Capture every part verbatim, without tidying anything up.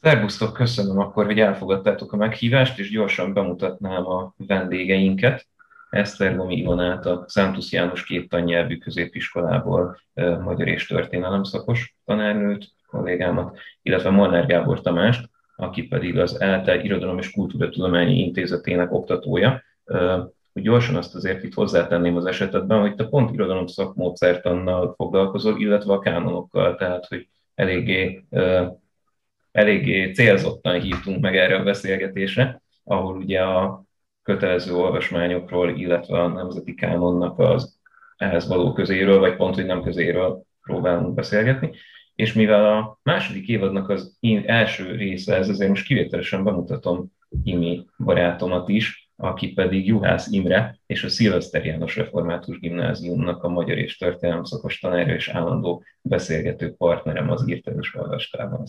Szervusztok, köszönöm akkor, hogy elfogadtátok a meghívást, és gyorsan bemutatnám a vendégeinket. Eszter Lomi Ilonát, a Szántusz János két tannyelvű középiskolából eh, magyar és történelem szakos tanárnőt, kollégámat, illetve Molnár Gábor Tamást, aki pedig az ELTE Irodalom és Kultúratudományi Intézetének oktatója. Eh, Hogy gyorsan azt azért itt hozzátenném az esetedben, hogy te pont irodalom szakmódszertannal foglalkozol, illetve a kánonokkal, tehát hogy eléggé eh, eléggé célzottan hívtunk meg erre a beszélgetésre, ahol ugye a kötelező olvasmányokról, illetve a nemzeti kánonnak az ehhez való közéről, vagy pont, hogy nem közéről próbálunk beszélgetni. És mivel a második évadnak az első része ez, ezért most kivételesen bemutatom Imi barátomat is, aki pedig Juhász Imre és a Szilveszter János Református Gimnáziumnak a magyar és történelem szakos tanárja és állandó beszélgető partnerem az írtás olvastában.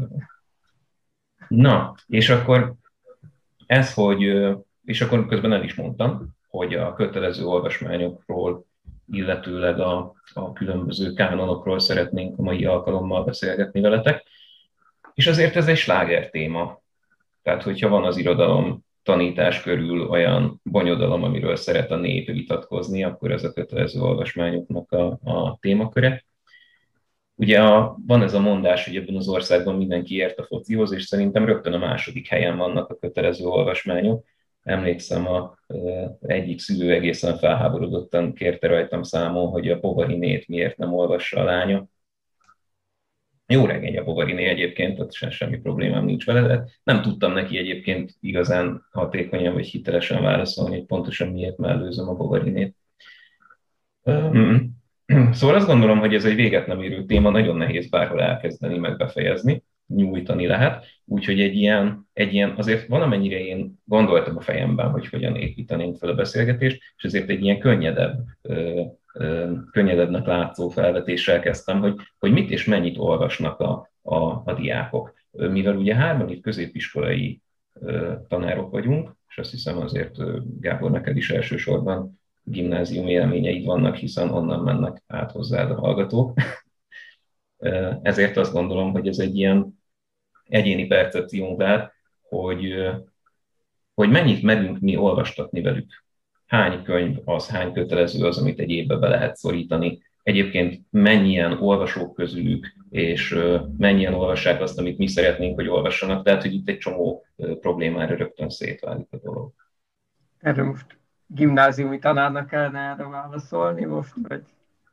Na, és akkor ez, hogy, és akkor közben el is mondtam, hogy a kötelező olvasmányokról, illetőleg a, a különböző kánonokról szeretnénk a mai alkalommal beszélgetni veletek. És azért ez egy sláger téma. Tehát, hogyha van az irodalom tanítás körül olyan bonyodalom, amiről szeret a nép vitatkozni, akkor ez a kötelező olvasmányoknak a, a témaköre. Ugye a, van ez a mondás, hogy ebben az országban mindenki ért a focihoz, és szerintem rögtön a második helyen vannak a kötelező olvasmányok. Emlékszem, a, egyik szülő egészen felháborodottan kérte rajtam számon, hogy a Bovarinét miért nem olvassa a lánya. Jó regény a Bovariné egyébként, tehát sem, semmi problémám nincs vele, de nem tudtam neki egyébként igazán hatékonyan vagy hitelesen válaszolni, hogy pontosan miért mellőzöm a Bovarinét. Mm. Szóval azt gondolom, hogy ez egy véget nem érő téma, nagyon nehéz bárhol elkezdeni, meg befejezni, nyújtani lehet, úgyhogy egy ilyen, egy ilyen, azért valamennyire én gondoltam a fejemben, hogy hogyan építenénk fel a beszélgetést, és ezért egy ilyen könnyedebb, ö, ö, könnyedebbnek látszó felvetéssel kezdtem, hogy, hogy mit és mennyit olvasnak a, a, a diákok. Mivel ugye hárman itt középiskolai ö, tanárok vagyunk, és azt hiszem azért, Gábor, neked is elsősorban gimnázium élményeid vannak, hiszen onnan mennek át hozzád a hallgatók. Ezért azt gondolom, hogy ez egy ilyen egyéni percepciónk lehet, hogy, hogy mennyit merünk mi olvastatni velük. Hány könyv az, hány kötelező az, amit egy évbe be lehet szorítani. Egyébként mennyien olvasók közülük, és mennyien olvassák azt, amit mi szeretnénk, hogy olvassanak. Tehát, hogy itt egy csomó problémára rögtön szétválik a dolog. Erről most gimnáziumi tanárnak kellene erre válaszolni most, vagy?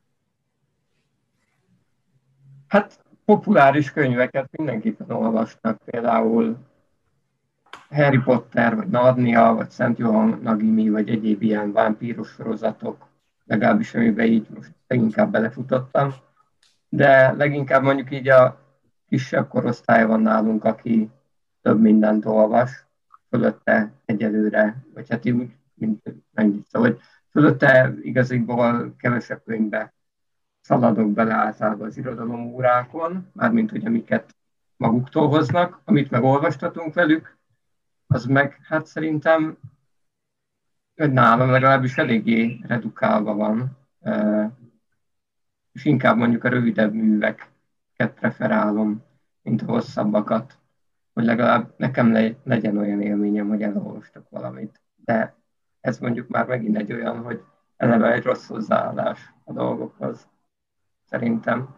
Hát populáris könyveket mindenképpen olvasnak, például Harry Potter, vagy Narnia, vagy Szent Johann Nagini, vagy egyéb ilyen vámpíros sorozatok, legalábbis amiben így most leginkább belefutottam. De leginkább mondjuk így a kisebb korosztály van nálunk, aki több mindent olvas, fölötte egyelőre, vagy hát úgy, mint mennyit, szóval, hogy fölötte igaziból kevesebb könyvbe szaladok bele általában az irodalom órákon, mármint hogy amiket maguktól hoznak, amit meg olvastatunk velük, az meg hát szerintem nálam legalábbis eléggé redukálva van, és inkább mondjuk a rövidebb műveket preferálom, mint a hosszabbakat, hogy legalább nekem legyen olyan élményem, hogy elolvastak valamit. De ez mondjuk már megint egy olyan, hogy eleve egy rossz hozzáállás a dolgokhoz, szerintem.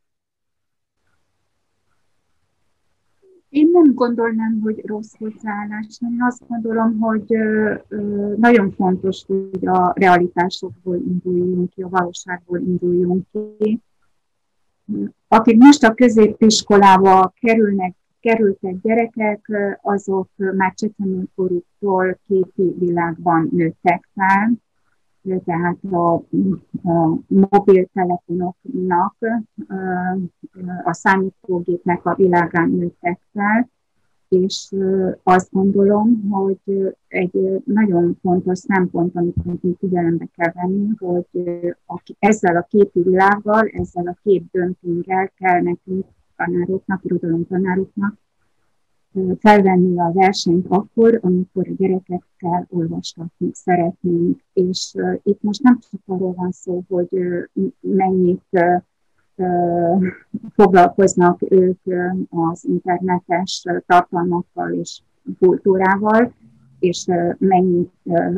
Én nem gondolnám, hogy rossz hozzáállás. Én azt gondolom, hogy nagyon fontos, hogy a realitásokból induljunk ki, a valóságból induljunk ki. Akik most a középiskolába kerülnek, kerültek gyerekek, azok már csecsemőkoruktól képi világban nőttek fel, tehát a, a mobiltelefonoknak, a számítógépnek a világán nőttek fel, és azt gondolom, hogy egy nagyon fontos szempont, amit figyelembe kell venni, hogy ezzel a képi világgal, ezzel a kép dömpinggel kell nekünk tanároknak, irodalomtanároknak felvenni a versenyt akkor, amikor a gyerekekkel olvastatni szeretnénk. És uh, itt most nem csak arról van szó, hogy uh, mennyit uh, foglalkoznak ők az internetes tartalmakkal és kultúrával, és mennyit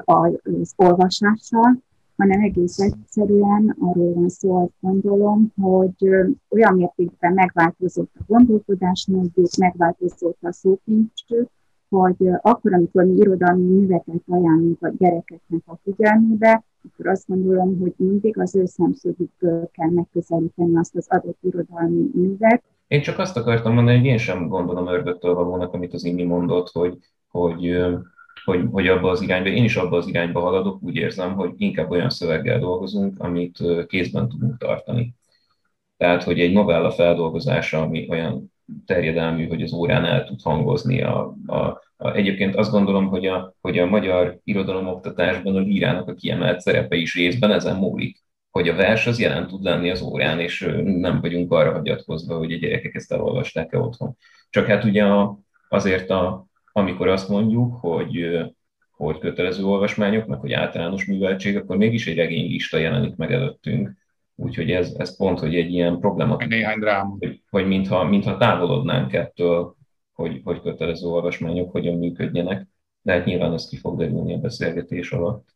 az olvasással, hanem egész egyszerűen arról van szó, azt gondolom, hogy olyan mértékben megváltozott a gondolkodásmódjuk, megváltozott a szókincsük, hogy akkor, amikor mi irodalmi műveket ajánlunk a gyerekeknek a figyelmébe, akkor azt gondolom, hogy mindig az ő szemszögükből kell megközelíteni azt az adott irodalmi művet. Én csak azt akartam mondani, hogy én sem gondolom ördögtől valónak, amit az Imi mondott, hogy, hogy, hogy, hogy abba az irányba, én is abba az irányba haladok, úgy érzem, hogy inkább olyan szöveggel dolgozunk, amit kézben tudunk tartani. Tehát, hogy egy novella feldolgozása, ami olyan terjedelmű, hogy az órán el tud hangozni. A, a, a, egyébként azt gondolom, hogy a, hogy a magyar irodalomoktatásban a lírának a kiemelt szerepe is részben ezen múlik, hogy a vers az jelen tud lenni az órán, és nem vagyunk arra hagyatkozva, hogy a gyerekek ezt elolvasták-e otthon. Csak hát ugye a, azért, a, amikor azt mondjuk, hogy, hogy kötelező olvasmányok, meg hogy általános műveltség, akkor mégis egy regénylista jelenik meg előttünk. Úgyhogy ez, ez pont, hogy egy ilyen problematikus, néhány dráma. Hogy, hogy mintha, mintha távolodnánk ettől, hogy, hogy kötelező olvasmányok hogyan működjenek, de hát nyilván ez ki fog derülni a beszélgetés alatt.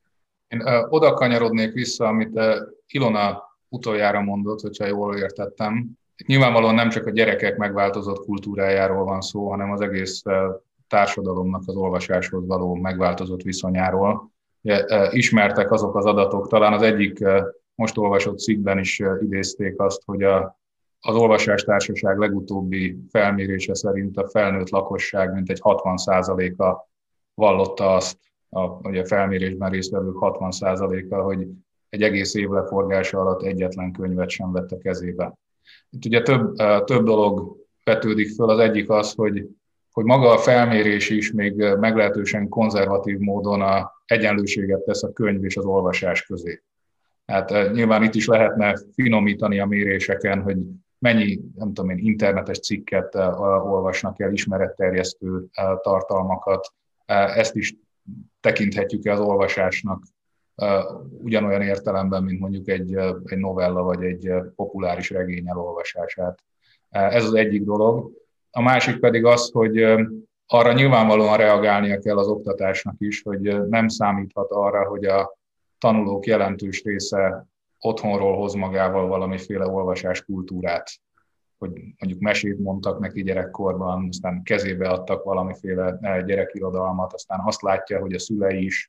Én uh, oda kanyarodnék vissza, amit uh, Ilona utoljára mondott, hogyha jól értettem. Nyilvánvalóan nem csak a gyerekek megváltozott kultúrájáról van szó, hanem az egész uh, társadalomnak az olvasáshoz való megváltozott viszonyáról. Uh, uh, ismertek azok az adatok, talán az egyik uh, most olvasott cikkben is idézték azt, hogy a, az Olvasástársaság legutóbbi felmérése szerint a felnőtt lakosság mintegy hatvan százaléka vallotta azt, a, a felmérésben résztvevők hatvan százaléka, hogy egy egész év leforgása alatt egyetlen könyvet sem vett a kezébe. Itt ugye több, több dolog vetődik föl, az egyik az, hogy, hogy maga a felmérés is még meglehetősen konzervatív módon a egyenlőséget tesz a könyv és az olvasás közé. Hát uh, nyilván itt is lehetne finomítani a méréseken, hogy mennyi, nem tudom én, internetes cikket uh, olvasnak el, ismeretterjesztő uh, tartalmakat. Uh, ezt is tekinthetjük el az olvasásnak uh, ugyanolyan értelemben, mint mondjuk egy, uh, egy novella vagy egy uh, populáris regény elolvasását. Uh, ez az egyik dolog. A másik pedig az, hogy uh, arra nyilvánvalóan reagálnia kell az oktatásnak is, hogy uh, nem számíthat arra, hogy a tanulók jelentős része otthonról hoz magával valamiféle olvasáskultúrát, hogy mondjuk mesét mondtak neki gyerekkorban, aztán kezébe adtak valamiféle gyerekirodalmat, aztán azt látja, hogy a szülei is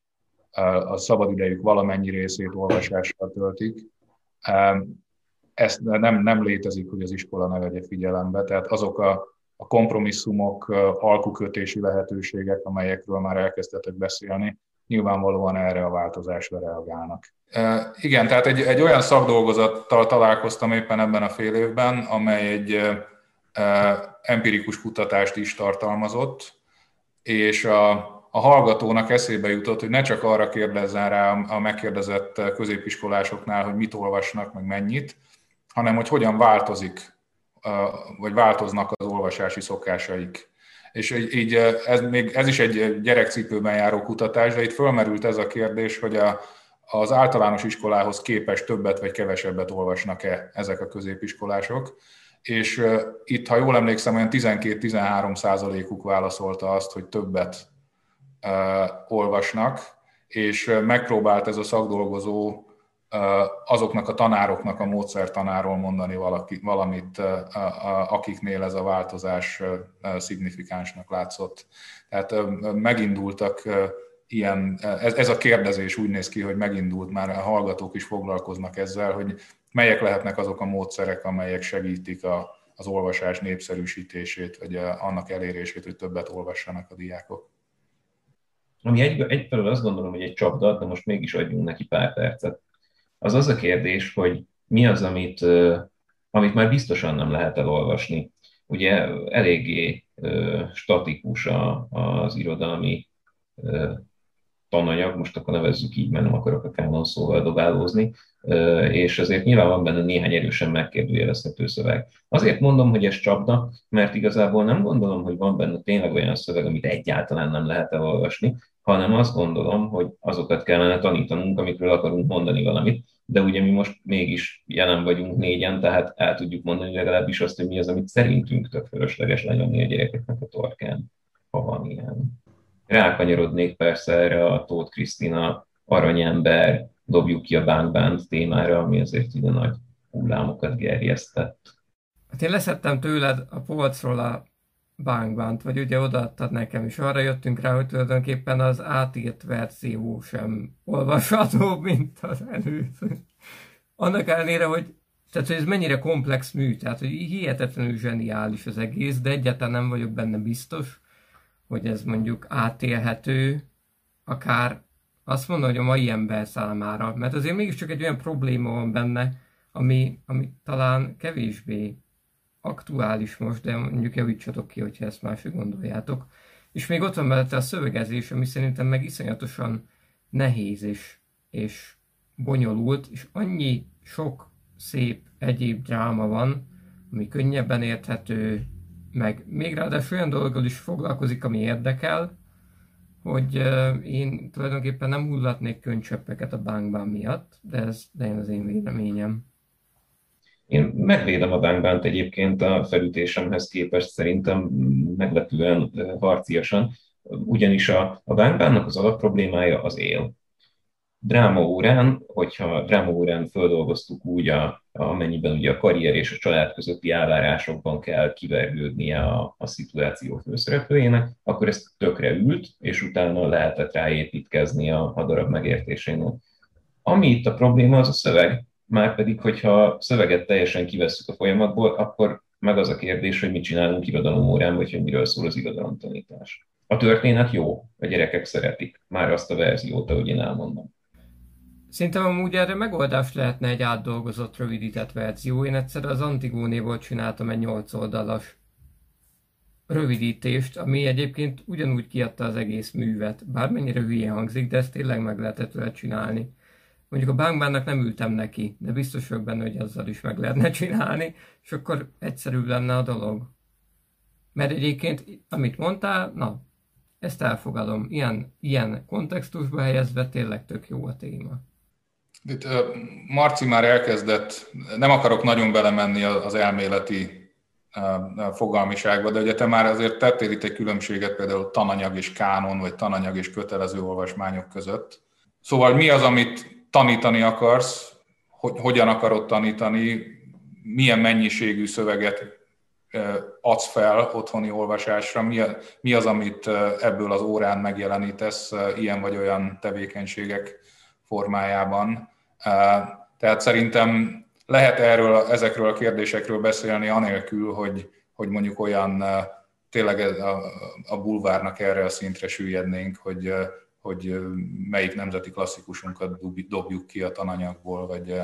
a szabadidejük valamennyi részét olvasással töltik. Ez nem, nem létezik, hogy az iskola ne vegye figyelembe, tehát azok a, a kompromisszumok, alkukötési lehetőségek, amelyekről már elkezdtetek beszélni, nyilvánvalóan erre a változásra reagálnak. E, igen, tehát egy, egy olyan szakdolgozattal találkoztam éppen ebben a fél évben, amely egy e, empirikus kutatást is tartalmazott, és a, a hallgatónak eszébe jutott, hogy ne csak arra kérdezzen rá a megkérdezett középiskolásoknál, hogy mit olvasnak, meg mennyit, hanem hogy hogyan változik, vagy változnak az olvasási szokásaik. És így ez, még, ez is egy gyerekcipőben járó kutatás, de itt fölmerült ez a kérdés, hogy a, az általános iskolához képest többet vagy kevesebbet olvasnak-e ezek a középiskolások. És uh, itt, ha jól emlékszem, olyan tizenkét-tizenhárom százalékuk válaszolta azt, hogy többet uh, olvasnak, és uh, megpróbált ez a szakdolgozó azoknak a tanároknak a módszertanáról mondani valaki, valamit, akiknél ez a változás szignifikánsnak látszott. Tehát megindultak ilyen, ez, ez a kérdezés úgy néz ki, hogy megindult, már a hallgatók is foglalkoznak ezzel, hogy melyek lehetnek azok a módszerek, amelyek segítik a, az olvasás népszerűsítését, vagy annak elérését, hogy többet olvassanak a diákok. Ami egy, egyfelől azt gondolom, hogy egy csapda, de most mégis adjunk neki pár percet. Az az a kérdés, hogy mi az, amit, amit már biztosan nem lehet elolvasni. Ugye eléggé statikus az irodalmi tananyag, most akkor nevezzük így, mert nem akarok a kánon szóval dobálózni, és azért nyilván van benne néhány erősen megkérdőjelezhető szöveg. Azért mondom, hogy ez csapda, mert igazából nem gondolom, hogy van benne tényleg olyan szöveg, amit egyáltalán nem lehet elolvasni, hanem azt gondolom, hogy azokat kellene tanítanunk, amikről akarunk mondani valamit, de ugye mi most mégis jelen vagyunk négyen, tehát el tudjuk mondani legalábbis azt, hogy mi az, amit szerintünk tök fölösleges lenyomni a gyerekeknek a torkán, ha van ilyen. Rákanyarodnék persze erre a Tóth Krisztina aranyember, dobjuk ki a bánkbánt témára, ami azért ide nagy hullámokat gerjesztett. Hát én leszettem tőled a polcról a bánkbánt, vagy ugye odaadtad nekem, és arra jöttünk rá, hogy tulajdonképpen az átírt verzió sem olvasható, mint az előző. Annak ellenére, hogy, tehát, hogy ez mennyire komplex mű, tehát hogy hihetetlenül zseniális az egész, de egyáltalán nem vagyok benne biztos, hogy ez mondjuk átélhető, akár azt mondom, hogy a mai ember számára, mert azért mégiscsak egy olyan probléma van benne, ami, ami talán kevésbé aktuális most, de mondjuk javítsatok ki, hogyha ezt máshogy gondoljátok. És még ott van mellette a szövegezés, ami szerintem meg iszonyatosan nehéz és, és bonyolult, és annyi sok szép egyéb dráma van, ami könnyebben érthető, meg még ráadásul olyan dolgokkal is foglalkozik, ami érdekel, hogy uh, én tulajdonképpen nem hullatnék könycseppeket a bánkbán miatt, de ez, de ez az én véleményem. Én megvédem a bánkbánt egyébként a felütésemhez képest szerintem meglepően harciasan, ugyanis a, a bánkbánnak az alapproblémája az él. Drámaórán, hogyha drámaórán földolgoztuk úgy, a, amennyiben ugye a karrier és a család közötti elvárásokban kell kivergődnie a, a szituáció főszereplőjének, akkor ez tökre ült, és utána lehetett ráépítkezni a, a darab megértésénél. Ami itt a probléma, az a szöveg. Márpedig, hogyha szöveget teljesen kivesszük a folyamatból, akkor meg az a kérdés, hogy mit csinálunk irodalomórán, vagy hogy miről szól az irodalomtanítás. A történet jó, a gyerekek szeretik, már azt a verziót, ahogy én elmondom. Szerintem amúgy erre megoldás lehetne egy átdolgozott, rövidített verzió. Én egyszer az Antigónéból csináltam egy nyolc oldalas rövidítést, ami egyébként ugyanúgy kiadta az egész művet. Bármennyire hülye hangzik, de ezt tényleg meg lehetett vele csinálni. Mondjuk a bánkbánnak nem ültem neki, de biztos vagyok benne, hogy azzal is meg lehetne csinálni, és akkor egyszerűbb lenne a dolog. Mert egyébként, amit mondtál, na, ezt elfogadom. Ilyen, ilyen kontextusba helyezve tényleg tök jó a téma. Itt uh, Marci már elkezdett, nem akarok nagyon belemenni az elméleti uh, fogalmiságba, de ugye te már azért tettél itt egy különbséget például tananyag és kánon, vagy tananyag és kötelező olvasmányok között. Szóval mi az, amit tanítani akarsz, hogy hogyan akarod tanítani, milyen mennyiségű szöveget adsz fel otthoni olvasásra, mi az, amit ebből az órán megjelenítesz ilyen vagy olyan tevékenységek formájában. Tehát szerintem lehet erről, ezekről a kérdésekről beszélni anélkül, hogy, hogy mondjuk olyan tényleg a, a bulvárnak erre a szintre süllyednénk, hogy hogy melyik nemzeti klasszikusunkat dobjuk ki a tananyagból, vagy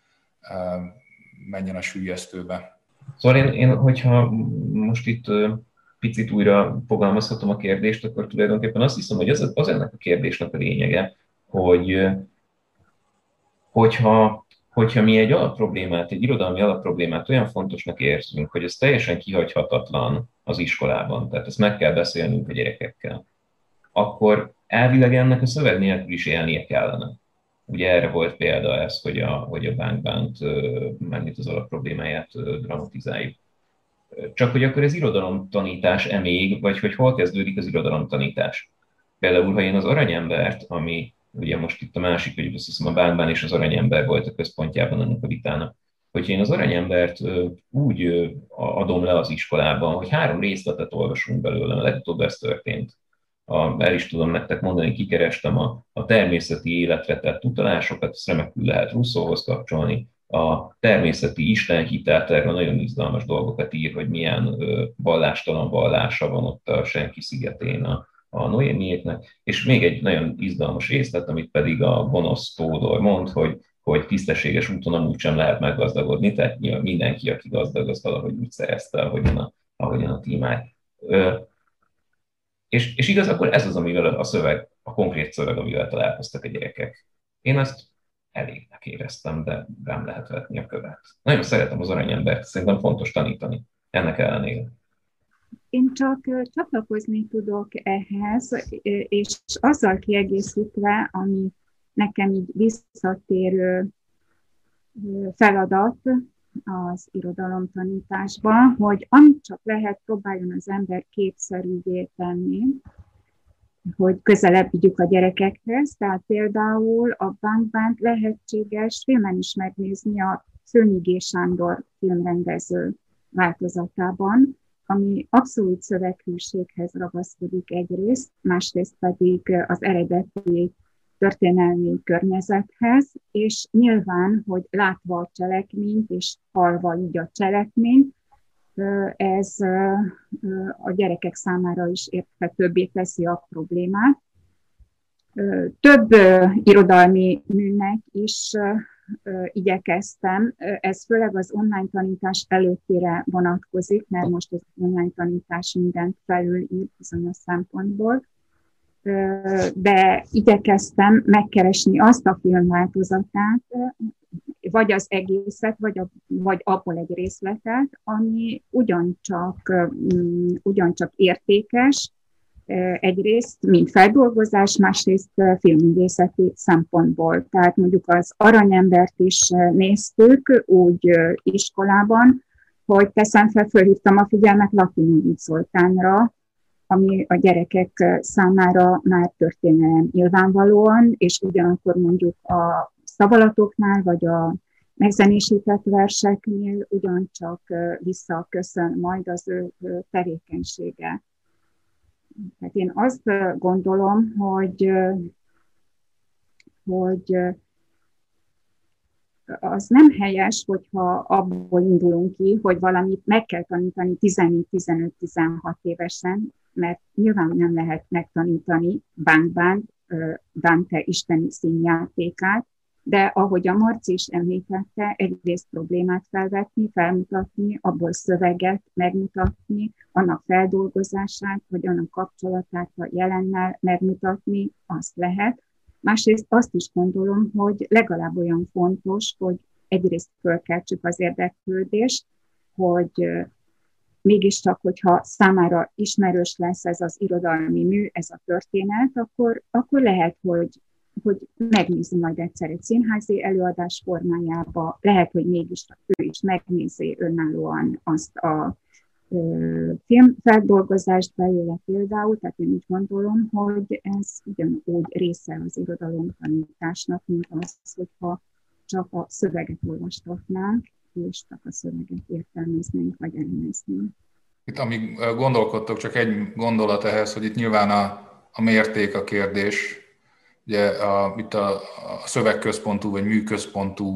menjen a süllyesztőbe. Szóval én, én hogyha most itt picit újra fogalmazhatom a kérdést, akkor tulajdonképpen azt hiszem, hogy az, az ennek a kérdésnek a lényege, hogy hogyha, hogyha mi egy alapproblémát, egy irodalmi alapproblémát olyan fontosnak érzünk, hogy ez teljesen kihagyhatatlan az iskolában, tehát ezt meg kell beszélnünk a gyerekekkel, akkor elvileg ennek a szöveg nélkül is élnie kellene. Ugye erre volt példa ez, hogy a, hogy a bánkbánt, mármint az alapproblémáját dramatizáljuk. Csak hogy akkor ez irodalomtanítás-e még, vagy hogy hol kezdődik az irodalomtanítás? Például, ha én az Aranyembert, ami ugye most itt a másik, hogy azt hiszem a bánkbán és az Aranyember volt a központjában ennek a vitának, hogyha én az Aranyembert úgy adom le az iskolában, hogy három részletet olvasunk belőle, mert legutóbb ez történt. A, el is tudom nektek mondani, kikerestem a, a természeti életre tett utalásokat, ezt remekül lehet Rousseauhoz kapcsolni. A természeti istenhitelt, erről nagyon izgalmas dolgokat ír, hogy milyen ö, vallástalan vallása van ott a Senki szigetén a, a noémiéknek. És még egy nagyon izgalmas részlet, amit pedig a gonosz Tódor mond, hogy, hogy tisztességes úton amúgy sem lehet meggazdagodni, tehát mindenki, aki gazdag, az valahogy úgy szerezte, ahogyan a, ahogyan a tímáj. És, és igazából ez az, amivel a szöveg, a konkrét szöveg, amivel találkoztak a gyerekek. Én azt elégnek éreztem, de rám lehet vetni a követ. Nagyon szeretem az Aranyembert, szerintem fontos tanítani. Ennek ellenére. Én csak csatlakozni tudok ehhez, és azzal kiegészítve, ami nekem így visszatérő feladat az irodalomtanításban, hogy amit csak lehet, próbáljon az ember képszerűvé tenni, hogy közelebb vigyük a gyerekekhez. Tehát például a Bang lehetséges filmen is megnézni a Szőnyigé Sándor filmrendező változatában, ami abszolút szöveghűséghez ragaszkodik egyrészt, másrészt pedig az eredeti történelmi környezethez, és nyilván, hogy látva a cselekményt, és hallva így a cselekményt, ez a gyerekek számára is érthetőbbé teszi a problémát. Több irodalmi műnek is igyekeztem, ez főleg az online tanítás előttire vonatkozik, mert most az online tanítás mindent felülír bizonyos szempontból, de igyekeztem megkeresni azt a filmváltozatát, vagy az egészet, vagy, a, vagy abból egy részletet, ami ugyancsak, ugyancsak értékes, egyrészt, mint feldolgozás, másrészt filmművészeti szempontból. Tehát mondjuk az Aranyembert is néztük úgy iskolában, hogy teszem fel, fölhívtam a figyelmet Latinovics Zoltánra, ami a gyerekek számára már történelem nyilvánvalóan, és ugyanakkor mondjuk a szavalatoknál, vagy a megzenésített verseknél ugyancsak visszaköszön majd az ő tevékenysége. Hát én azt gondolom, hogy, hogy az nem helyes, hogyha abból indulunk ki, hogy valamit meg kell tanítani tizennégy, tizenöt, tizenhat évesen, mert nyilván nem lehet megtanítani Bang Dante isteni színjátékát, de ahogy a Marci is említette, egyrészt problémát felvetni, felmutatni, abból szöveget megmutatni, annak feldolgozását, vagy annak kapcsolatát a jelennel megmutatni, azt lehet. Másrészt azt is gondolom, hogy legalább olyan fontos, hogy egyrészt fölkeltsük az érdeklődést, hogy mégiscsak, hogyha számára ismerős lesz ez az irodalmi mű, ez a történet, akkor, akkor lehet, hogy hogy megnézi majd egyszer egy színházi előadás formájába, lehet, hogy mégis ő is megnézi önállóan azt a ö, filmfeldolgozást belőle például, tehát én úgy gondolom, hogy ez ugyanúgy része az irodalomtanításnak, mint az, hogyha csak a szöveget olvastatnánk, és csak a szöveget értelmeznénk, vagy elemeznénk. Itt amíg gondolkodtok, csak egy gondolat ehhez, hogy itt nyilván a, a mérték a kérdés. Ugye a, itt a, a szövegközpontú vagy műközpontú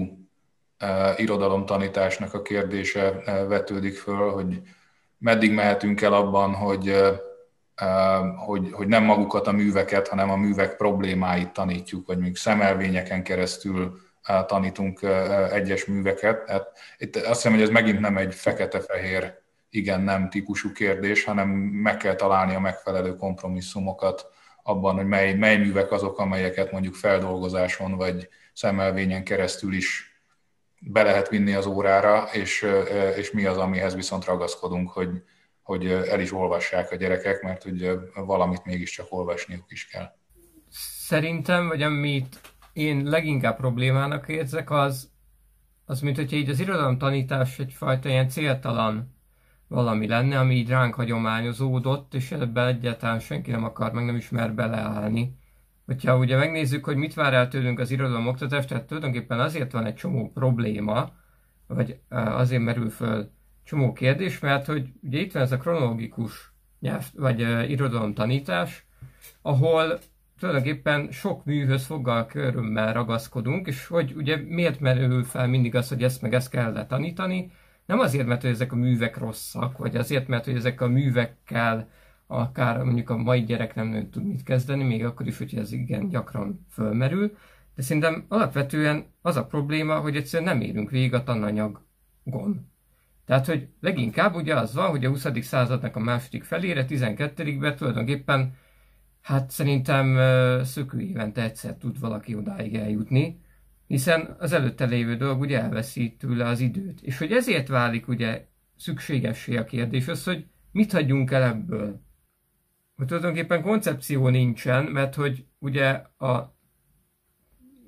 e, irodalomtanításnak a kérdése e, vetődik föl, hogy meddig mehetünk el abban, hogy, e, hogy, hogy nem magukat a műveket, hanem a művek problémáit tanítjuk, vagy még szemelvényeken keresztül e, tanítunk e, egyes műveket. Hát itt azt hiszem, hogy ez megint nem egy fekete-fehér igen-nem típusú kérdés, hanem meg kell találni a megfelelő kompromisszumokat abban, hogy mely, mely művek azok, amelyeket mondjuk feldolgozáson vagy szemelvényen keresztül is be lehet vinni az órára, és, és mi az, amihez viszont ragaszkodunk, hogy, hogy el is olvassák a gyerekek, mert hogy valamit mégiscsak olvasniuk is kell. Szerintem, vagy amit én leginkább problémának érzek, az, az mint hogyha így az irodalomtanítás egyfajta ilyen céltalan valami lenne, ami így ránk hagyományozódott, és ebben egyáltalán senki nem akar, meg nem is mer beleállni. Hogyha ugye megnézzük, hogy mit vár el tőlünk az irodalomoktatás, tehát tulajdonképpen azért van egy csomó probléma, vagy azért merül föl csomó kérdés, mert hogy ugye itt van ez a kronológikus nyelv, vagy uh, irodalomtanítás, ahol tulajdonképpen sok műhöz foggal körömmel ragaszkodunk, és hogy ugye miért merül fel mindig az, hogy ezt meg ezt kell tanítani, nem azért, mert hogy ezek a művek rosszak, vagy azért, mert hogy ezek a művekkel akár mondjuk a mai gyerek nem tud mit kezdeni, még akkor is, hogy ez igen gyakran fölmerül, de szerintem alapvetően az a probléma, hogy egyszerűen nem érünk végig a tananyagon. Tehát, hogy leginkább ugye az van, hogy a huszadik századnak a második felére, tizenkettedikben tulajdonképpen, hát szerintem szökő évente egyszer tud valaki odáig eljutni, hiszen az előtte lévő dolog ugye elveszít tőle az időt. És hogy ezért válik ugye szükségessé a kérdés az, hogy mit hagyjunk el ebből. Hogy tulajdonképpen koncepció nincsen, mert hogy ugye a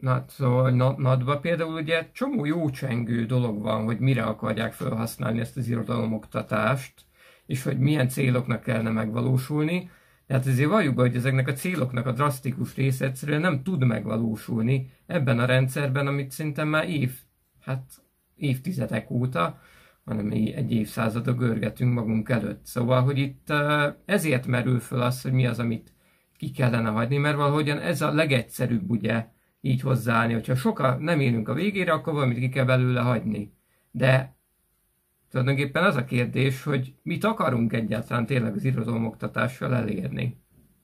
Na, szóval NAD-ban például ugye csomó jó csengő dolog van, hogy mire akarják felhasználni ezt az irodalomoktatást, és hogy milyen céloknak kellene megvalósulni. Tehát ezért valljuk be, hogy ezeknek a céloknak a drasztikus része egyszerűen nem tud megvalósulni ebben a rendszerben, amit szerintem már év, hát évtizedek óta, hanem egy évszázada görgetünk magunk előtt. Szóval, hogy itt ezért merül föl az, hogy mi az, amit ki kellene hagyni, mert valahogyan ez a legegyszerűbb ugye így hozzáállni, hogyha sokan nem élünk a végére, akkor valamit ki kell belőle hagyni. De tulajdonképpen az a kérdés, hogy mit akarunk egyáltalán tényleg az irodalomoktatással elérni.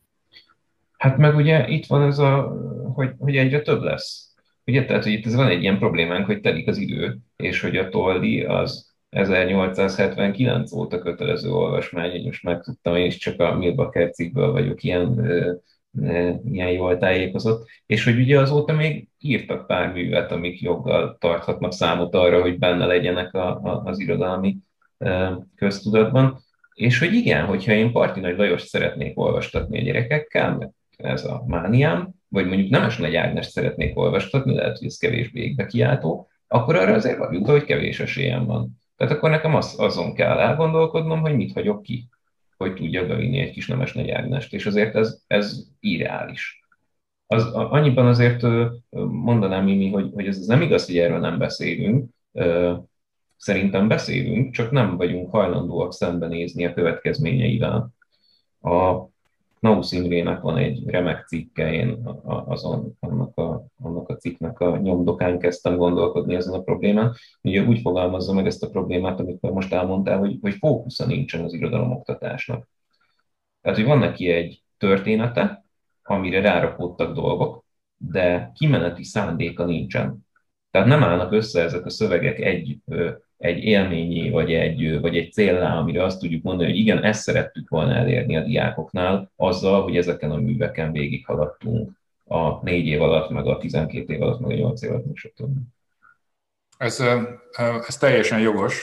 Hát meg ugye itt van ez a, hogy, hogy egyre több lesz. Ugye, tehát, hogy itt ez van egy ilyen problémánk, hogy telik az idő, és hogy a toldi az ezernyolcszázhetvenkilenc óta kötelező olvasmány, hogy most megtudtam, én is csak a Milbacher cikkből vagyok ilyen, ö, ö, ilyen jól tájékozott, és hogy ugye azóta még írtak pár művet, amik joggal tarthatnak számot arra, hogy benne legyenek a, a, az irodalmi ö, köztudatban, és hogy igen, hogyha én Parti Nagy Lajost szeretnék olvastatni a gyerekekkel, mert ez a mániám, vagy mondjuk Nemes Nagy Ágnest szeretnék olvastatni, lehet, hogy ez kevésbé égbekiáltó, akkor arra azért vagyunk, hogy kevés esélyem van. Tehát akkor nekem az, azon kell elgondolkodnom, hogy mit hagyok ki, hogy tudjak bevinni egy kis Nemes Nagy Ágnest, és azért ez, ez irreális. Az, a, annyiban azért mondanám, Mimi, hogy, hogy ez az nem igaz, hogy erről nem beszélünk. Szerintem beszélünk, csak nem vagyunk hajlandóak szembenézni a következményeivel. A Nausz Imrének van egy remek cikke, én azon, annak, a, annak a cikknek a nyomdokán kezdtem gondolkodni ezen a problémán. Ugye úgy fogalmazza meg ezt a problémát, amit most elmondtál, hogy, hogy fókusza nincsen az irodalomoktatásnak. Tehát, hogy van neki egy története, amire rárakódtak dolgok, de kimeneti szándéka nincsen. Tehát nem állnak össze ezek a szövegek egy, egy élményé, vagy egy, vagy egy céllá, amire azt tudjuk mondani, hogy igen, ezt szerettük volna elérni a diákoknál, azzal, hogy ezeken a műveken végighaladtunk a négy év alatt, meg a tizenkét év alatt, meg a nyolc év alatt, meg stb. Ez, ez teljesen jogos.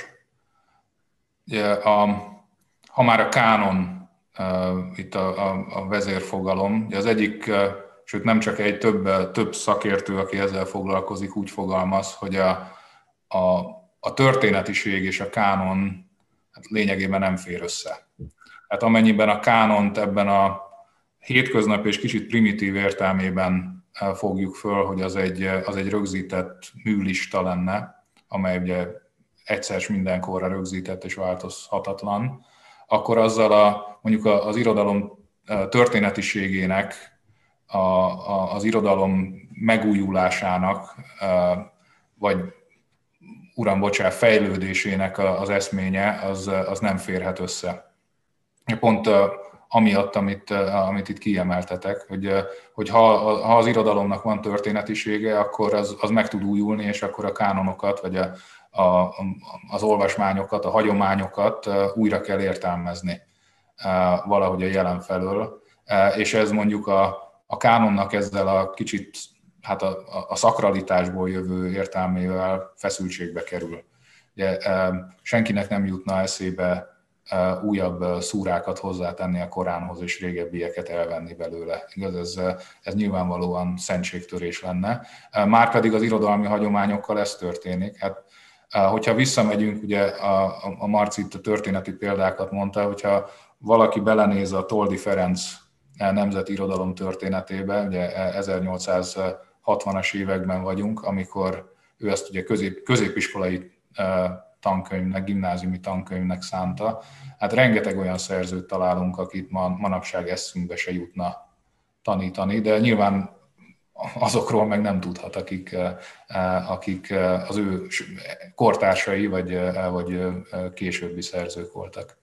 A, ha már a kánon itt a, a, a vezérfogalom, az egyik, sőt nem csak egy, több, több szakértő, aki ezzel foglalkozik, úgy fogalmaz, hogy a, a, a történetiség és a kánon hát lényegében nem fér össze. Hát amennyiben a kánont ebben a hétköznapi és kicsit primitív értelmében fogjuk föl, hogy az egy, az egy rögzített műlista lenne, amely ugye egyszer mindenkorra rögzített és változhatatlan, akkor azzal a, mondjuk az irodalom történetiségének, a, a, az irodalom megújulásának, vagy uram, bocsánat, fejlődésének az eszménye, az, az nem férhet össze. Pont amiatt, amit, amit itt kiemeltetek, hogy, hogy ha, ha az irodalomnak van történetisége, akkor az, az meg tud újulni, és akkor a kánonokat, vagy a, a, az olvasmányokat, a hagyományokat újra kell értelmezni valahogy a jelen felől. És ez mondjuk a, a kánonnak ezzel a kicsit hát a, a szakralitásból jövő értelmével feszültségbe kerül. Ugye, senkinek nem jutna eszébe újabb szúrákat hozzátenni a Koránhoz, és régebbieket elvenni belőle. Igaz, ez, ez nyilvánvalóan szentségtörés lenne. Márpedig az irodalmi hagyományokkal ez történik. Hát, hogyha visszamegyünk, ugye a, a Marci itt a történeti példákat mondta, hogyha valaki belenéz a Toldy Ferenc nemzeti irodalom történetébe, ugye ezernyolcszázhatvanas években vagyunk, amikor ő ezt ugye közép, középiskolai tankönyvnek, gimnáziumi tankönyvnek szánta. Hát rengeteg olyan szerzőt találunk, akit ma, manapság eszünkbe se jutna tanítani, de nyilván azokról meg nem tudhat, akik, akik az ő kortársai vagy, vagy későbbi szerzők voltak.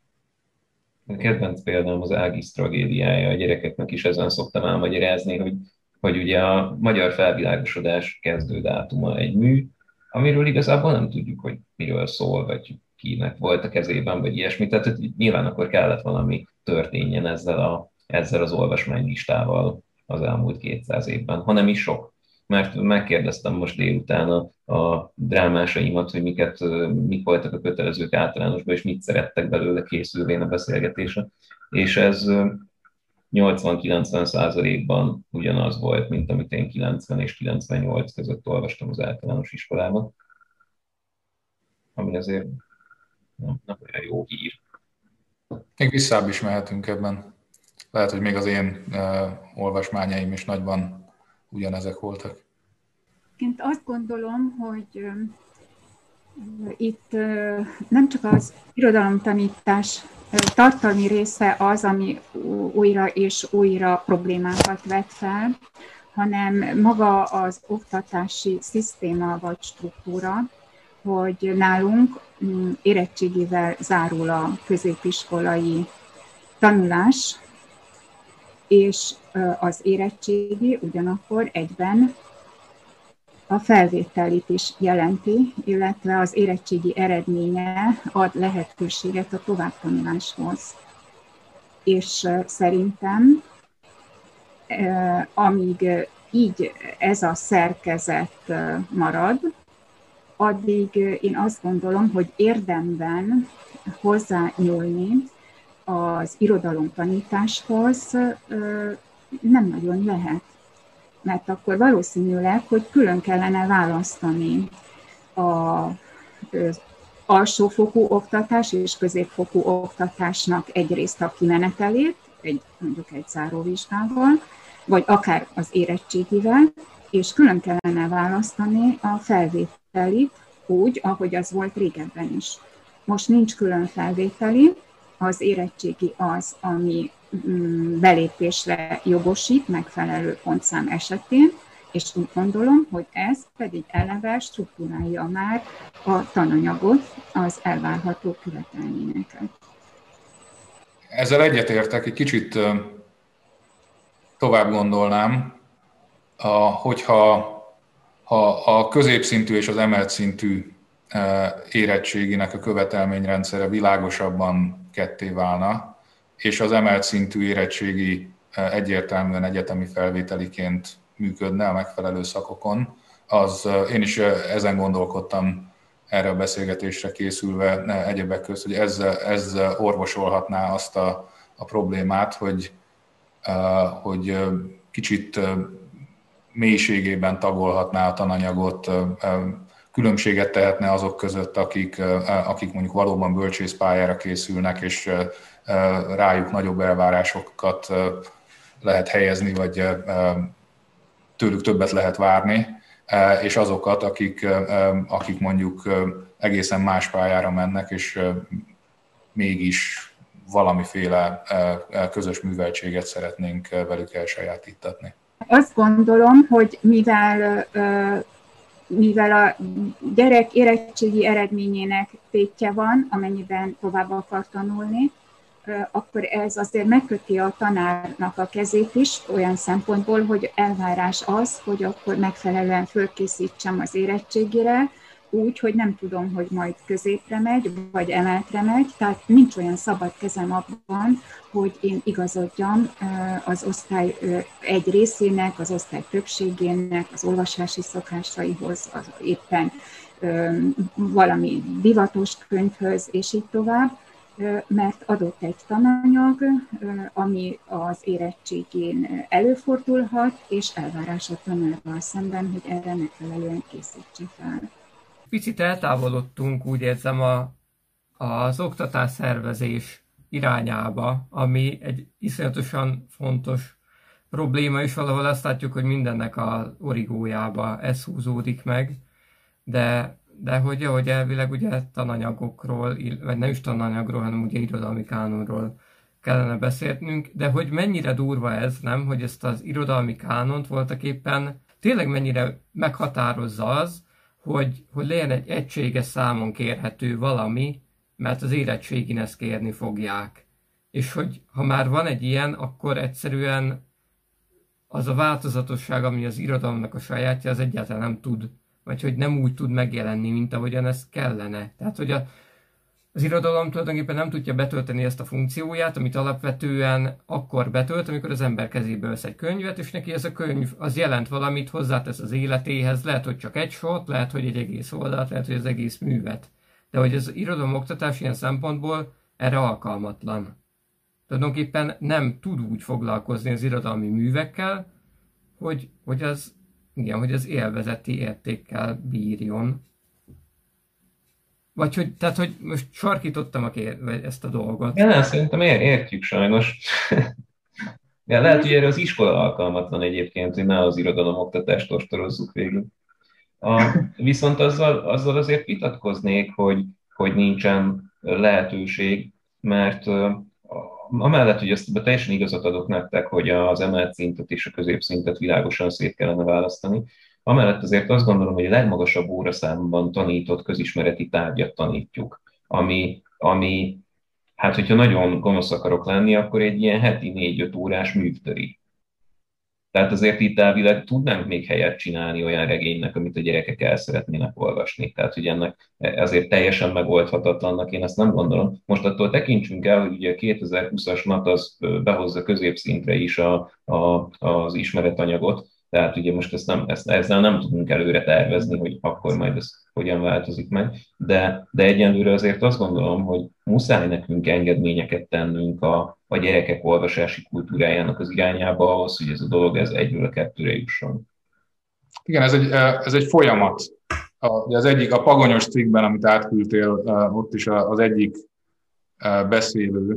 A kedvenc példám az Ágisz tragédiája, a gyerekeknek is ezen szoktam elmagyarázni, hogy, hogy ugye a magyar felvilágosodás kezdődátuma egy mű, amiről igazából nem tudjuk, hogy miről szól, vagy kinek volt a kezében, vagy ilyesmi. Tehát nyilván akkor kellett valami történjen ezzel, a, ezzel az olvasmánylistával az elmúlt kétszáz évben, hanem is sok. Mert megkérdeztem most délután a, a drámásaimat, hogy miket, mik voltak a kötelezők általánosban, és mit szerettek belőle készülvén a beszélgetésre. És ez nyolcvan-kilencven százalékban ugyanaz volt, mint amit én kilencven és kilencvennyolc között olvastam az általános iskolában, ami azért nem, nem olyan jó hír. Még visszább is mehetünk ebben. Lehet, hogy még az én uh, olvasmányaim is nagyban ugyanezek voltak. Én azt gondolom, hogy uh, itt uh, nem csak az irodalomtanítás uh, tartalmi része az, ami újra és újra problémákat vet fel, hanem maga az oktatási szisztéma vagy struktúra, hogy nálunk um, érettségivel zárul a középiskolai tanulás, és az érettségi ugyanakkor egyben a felvételit is jelenti, illetve az érettségi eredménye ad lehetőséget a továbbtanuláshoz. És szerintem, amíg így ez a szerkezet marad, addig én azt gondolom, hogy érdemben hozzányúlni az irodalomtanításhoz nem nagyon lehet. Mert akkor valószínűleg, hogy külön kellene választani az alsófokú oktatás és középfokú oktatásnak egyrészt a kimenetelét, egy, mondjuk egy záróvizsgával, vagy akár az érettségivel, és külön kellene választani a felvételit úgy, ahogy az volt régebben is. Most nincs külön felvételi, az érettségi az, ami belépésre jogosít megfelelő pontszám esetén, és úgy gondolom, hogy ez pedig eleve struktúrálja már a tananyagot, az elvárható követelményeket. Ezzel egyetértek, egy kicsit tovább gondolnám, hogyha ha a középszintű és az emelt szintű érettséginek a követelményrendszere világosabban ketté válna, és az emelt szintű érettségi egyértelműen egyetemi felvételiként működne a megfelelő szakokon, az én is ezen gondolkodtam erre a beszélgetésre készülve egyebek közt, hogy ez, ez orvosolhatná azt a, a problémát, hogy, hogy kicsit mélységében tagolhatná a tananyagot, különbséget tehetne azok között, akik, akik mondjuk valóban bölcsészpályára készülnek, és rájuk nagyobb elvárásokat lehet helyezni, vagy tőlük többet lehet várni, és azokat, akik, akik mondjuk egészen más pályára mennek, és mégis valamiféle közös műveltséget szeretnénk velük elsajátítatni. Azt gondolom, hogy mivel mivel a gyerek érettségi eredményének tétje van, amennyiben tovább akar tanulni, akkor ez azért megköti a tanárnak a kezét is, olyan szempontból, hogy elvárás az, hogy akkor megfelelően fölkészítsem az érettségire, úgy, hogy nem tudom, hogy majd középre megy, vagy emeltre megy, tehát nincs olyan szabad kezem abban, hogy én igazodjam az osztály egy részének, az osztály többségének, az olvasási szokásaihoz, az éppen valami divatos könyvhöz, és így tovább, mert adott egy tananyag, ami az érettségén előfordulhat, és elvárás a tanárral szemben, hogy erre megfelelően készítse fel. Picit eltávolodtunk, úgy érzem, a, az oktatás szervezés irányába, ami egy iszonyatosan fontos probléma, és valahol azt látjuk, hogy mindennek az origójába ez húzódik meg, de, de hogy, hogy elvileg ugye tananyagokról, vagy nem is tananyagról, hanem ugye irodalmi kánonról kellene beszélnünk, de hogy mennyire durva ez, nem, hogy ezt az irodalmi kánont voltaképpen tényleg mennyire meghatározza az, hogy, hogy legyen egy egységes számon kérhető valami, mert az érettségin ezt kérni fogják. És hogy ha már van egy ilyen, akkor egyszerűen az a változatosság, ami az irodalomnak a sajátja, az egyáltalán nem tud, vagy hogy nem úgy tud megjelenni, mint ahogyan ez kellene. Tehát, hogy a, az irodalom tulajdonképpen nem tudja betölteni ezt a funkcióját, amit alapvetően akkor betölt, amikor az ember kezébe vesz egy könyvet, és neki ez a könyv az jelent valamit, hozzátesz az életéhez, lehet, hogy csak egy sort, lehet, hogy egy egész oldalt, lehet, hogy az egész művet. De hogy az irodalom oktatás ilyen szempontból erre alkalmatlan. tulajdonképpen nem tud úgy foglalkozni az irodalmi művekkel, hogy, hogy az, igen, hogy az élvezeti értékkel bírjon. Vagy hogy, tehát, hogy most sarkítottam a kér, ezt a dolgot. Ja, nem, szerintem ér, értjük sajnos. Ja, lehet, hogy erre az iskola alkalmatlan egyébként, hogy ne az irodalomoktatást ostorozzuk végül. A, viszont azzal, azzal azért vitatkoznék, hogy, hogy nincsen lehetőség, mert amellett, hogy ezt teljesen igazat adok nektek, hogy az emelt szintet és a középszintet világosan szét kellene választani, amellett azért azt gondolom, hogy a legmagasabb óraszámban tanított közismereti tárgyat tanítjuk, ami, ami hát hogyha nagyon gonosz akarok lenni, akkor egy ilyen heti négy-öt órás művtöri. Tehát azért itt elvileg tudnánk még helyet csinálni olyan regénynek, amit a gyerekek el szeretnének olvasni. Tehát, hogy ennek azért teljesen megoldhatatlannak én ezt nem gondolom. Most attól tekintsünk el, hogy ugye a kétezer-húszas mat az behozza középszintre is a, a, az ismeretanyagot, tehát ugye most ezt nem, ezt, ezzel nem tudunk előre tervezni, hogy akkor majd ez hogyan változik meg, de, de egyenlőre azért azt gondolom, hogy muszáj nekünk engedményeket tennünk a, a gyerekek olvasási kultúrájának az irányába ahhoz, hogy ez a dolog ez egyről a kettőre jusson. Igen, ez egy, ez egy folyamat. Az egyik, a Pagonyos cikkben, amit átküldtél, ott is az egyik beszélő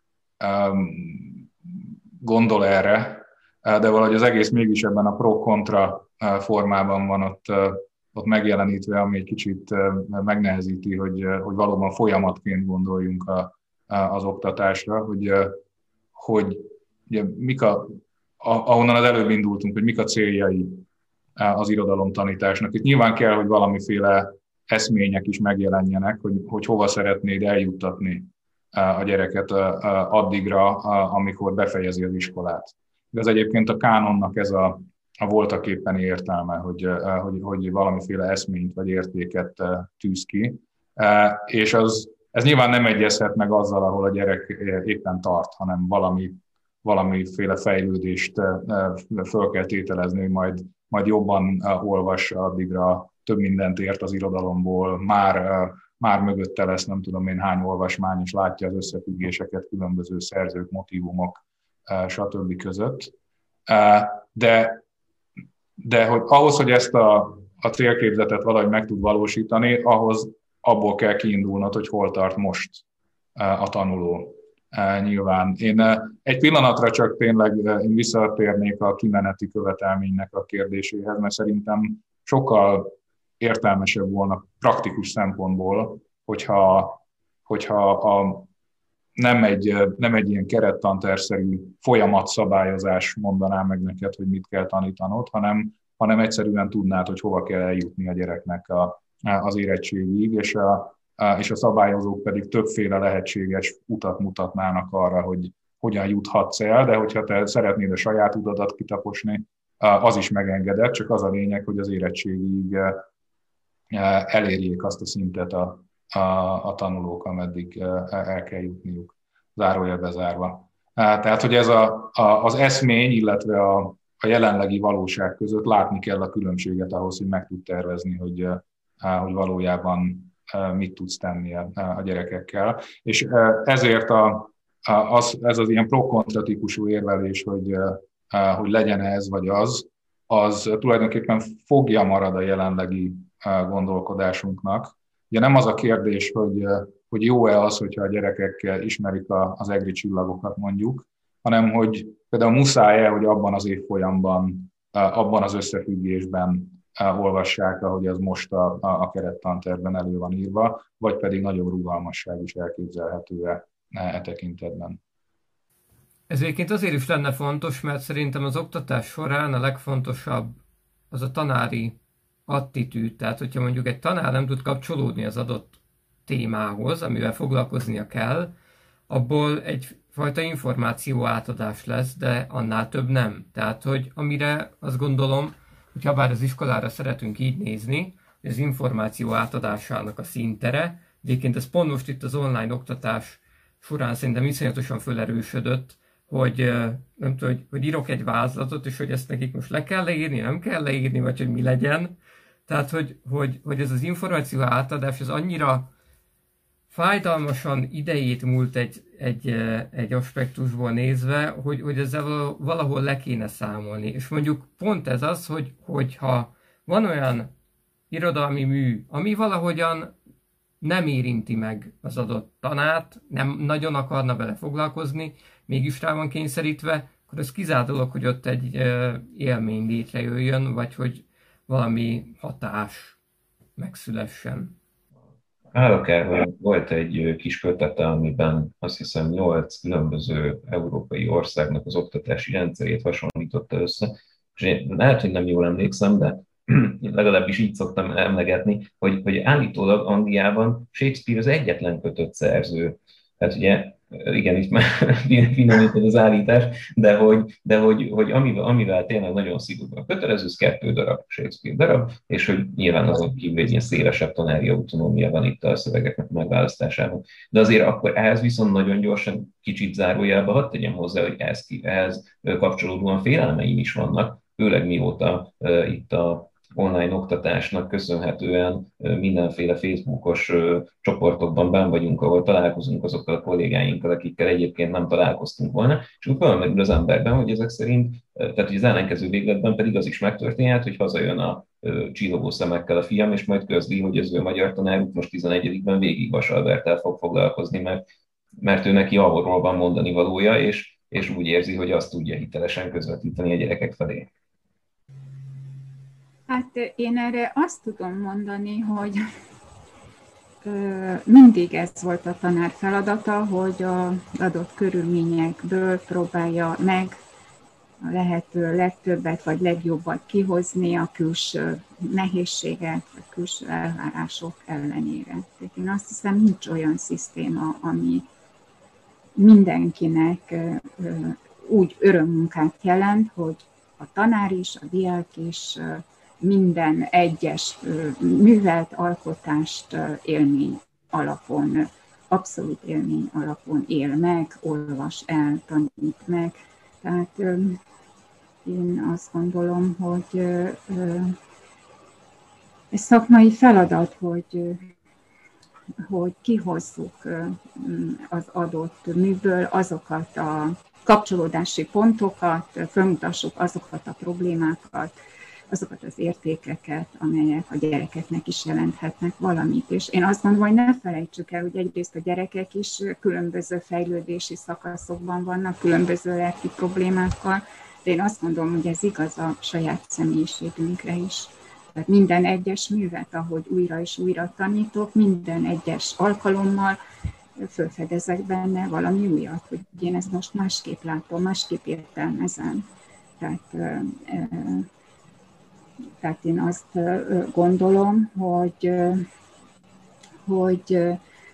gondol erre, de valahogy az egész mégis ebben a pro-kontra formában van ott, ott megjelenítve, ami egy kicsit megnehezíti, hogy, hogy valóban folyamatként gondoljunk a, az oktatásra, hogy, hogy ugye, mik a, ahonnan az előbb indultunk, hogy mik a céljai az irodalomtanításnak. Itt nyilván kell, hogy valamiféle eszmények is megjelenjenek, hogy, hogy hova szeretnéd eljuttatni a gyereket addigra, amikor befejezi az iskolát. De ez egyébként a kánonnak ez a, a voltaképpeni értelme, hogy, hogy, hogy valamiféle eszményt vagy értéket tűz ki. És az, ez nyilván nem egyezhet meg azzal, ahol a gyerek éppen tart, hanem valami, valamiféle fejlődést föl kell tételezni, hogy majd, majd jobban olvas addigra, több mindent ért az irodalomból, már, már mögötte lesz nem tudom én hány olvasmány, és látja az összefüggéseket különböző szerzők, motívumok, stb. Között. De, de hogy ahhoz, hogy ezt a, a célképzetet valahogy meg tud valósítani, ahhoz abból kell kiindulnod, hogy hol tart most a tanuló. Nyilván. Én egy pillanatra csak tényleg én visszatérnék a kimeneti követelménynek a kérdéséhez, mert szerintem sokkal értelmesebb volna praktikus szempontból, hogyha, hogyha a Nem egy, nem egy ilyen kerettantervszerű folyamatszabályozás mondaná meg neked, hogy mit kell tanítanod, hanem, hanem egyszerűen tudnád, hogy hova kell eljutni a gyereknek a, az érettségig, és a, és a szabályozók pedig többféle lehetséges utat mutatnának arra, hogy hogyan juthatsz el, de hogyha te szeretnéd a saját utadat kitaposni, az is megengedett, csak az a lényeg, hogy az érettségig elérjék azt a szintet a A, a tanulók, ameddig el kell jutniuk, zárója bezárva. Tehát, hogy ez a, a, az eszmény, illetve a, a jelenlegi valóság között látni kell a különbséget ahhoz, hogy meg tud tervezni, hogy, hogy valójában mit tudsz tenni a, a gyerekekkel. És ezért a, a, az, ez az ilyen pro-kontra típusú érvelés, hogy, hogy legyen ez vagy az, az tulajdonképpen fogja marad a jelenlegi gondolkodásunknak. Ugye nem az a kérdés, hogy, hogy jó-e az, hogyha a gyerekek ismerik az egri csillagokat mondjuk, hanem hogy például muszáj-e, hogy abban az évfolyamban, abban az összefüggésben olvassák, ahogy ez most a, a kerettantervben elő van írva, vagy pedig nagyobb rugalmasság is elképzelhető-e e tekintetben. Ez egyébként azért is lenne fontos, mert szerintem az oktatás során a legfontosabb az a tanári attitűd. Tehát, hogyha mondjuk egy tanár nem tud kapcsolódni az adott témához, amivel foglalkoznia kell, abból egyfajta információ átadás lesz, de annál több nem. Tehát, hogy amire azt gondolom, hogy habár az iskolára szeretünk így nézni, hogy az információ átadásának a színtere, egyébként ez pont most itt az online oktatás során szerintem iszonyatosan felerősödött, hogy nem tudom, hogy, hogy írok egy vázlatot, és hogy ezt nekik most le kell leírni, nem kell leírni, vagy hogy mi legyen. Tehát, hogy, hogy, hogy ez az információ átadás, ez annyira fájdalmasan idejét múlt egy, egy, egy aspektusból nézve, hogy, hogy ezzel valahol le kéne számolni. És mondjuk pont ez az, hogy, hogyha van olyan irodalmi mű, ami valahogyan nem érinti meg az adott tanárt, nem nagyon akarna vele foglalkozni, mégis rá van kényszerítve, akkor ez kizárt dolog, hogy ott egy élmény létrejöjjön, vagy hogy valami hatás megszülessen. Állakáron volt egy kis kötete, amiben azt hiszem nyolc különböző európai országnak az oktatási rendszerét hasonlította össze, és én lehet, hogy nem jól emlékszem, de legalábbis így szoktam emlegetni, hogy, hogy állítólag Angliában Shakespeare az egyetlen kötött szerző. Tehát ugye, igen, itt már finomítod az állítás, de hogy, de hogy, hogy amivel, amivel tényleg nagyon szigorúan kötelező, ez kettő darab Shakespeare darab, és hogy nyilván azon kívül egy ilyen szélesebb tanári autonómia van itt a szövegeknek a megválasztásában. De azért akkor ehhez viszont nagyon gyorsan kicsit zárójelbe hadd tegyem hozzá, hogy ehhez, ehhez kapcsolódóan félelmeim is vannak, főleg mióta uh, itt a online oktatásnak köszönhetően mindenféle Facebookos csoportokban benn vagyunk, ahol találkozunk azokkal a kollégáinkkal, akikkel egyébként nem találkoztunk volna, és úgy felmerül az emberben, hogy ezek szerint, tehát hogy az ellenkező végletben pedig az is megtörténhet, hogy hazajön a csillogó szemekkel a fiam, és majd közli, hogy az ő magyar tanáruk most tizenegyedikben végig Vasalberttel fog foglalkozni, mert, mert ő neki arról van mondani valója, és, és úgy érzi, hogy azt tudja hitelesen közvetíteni a gyerekek felé. Hát én erre azt tudom mondani, hogy mindig ez volt a tanár feladata, hogy az adott körülményekből próbálja meg a lehető legtöbbet vagy legjobbat kihozni a külső nehézségek, vagy külső elvárások ellenére. Tehát én azt hiszem, nincs olyan szisztéma, ami mindenkinek úgy örömmunkát jelent, hogy a tanár is, a diák is minden egyes művelt alkotást élmény alapon, abszolút élmény alapon él meg, olvas el, tanít meg. Tehát én azt gondolom, hogy ez szakmai feladat, hogy, hogy kihozzuk az adott műből azokat a kapcsolódási pontokat, felmutassuk azokat a problémákat, azokat az értékeket, amelyek a gyerekeknek is jelenthetnek valamit. És én azt gondolom, hogy ne felejtsük el, hogy egyrészt a gyerekek is különböző fejlődési szakaszokban vannak, különböző lelki problémákkal, de én azt gondolom, hogy ez igaz a saját személyiségünkre is. Tehát minden egyes művet, ahogy újra és újra tanítok, minden egyes alkalommal felfedezek benne valami újat, hogy én ezt most másképp látom, másképp értelmezem. Tehát, tehát én azt gondolom, hogy, hogy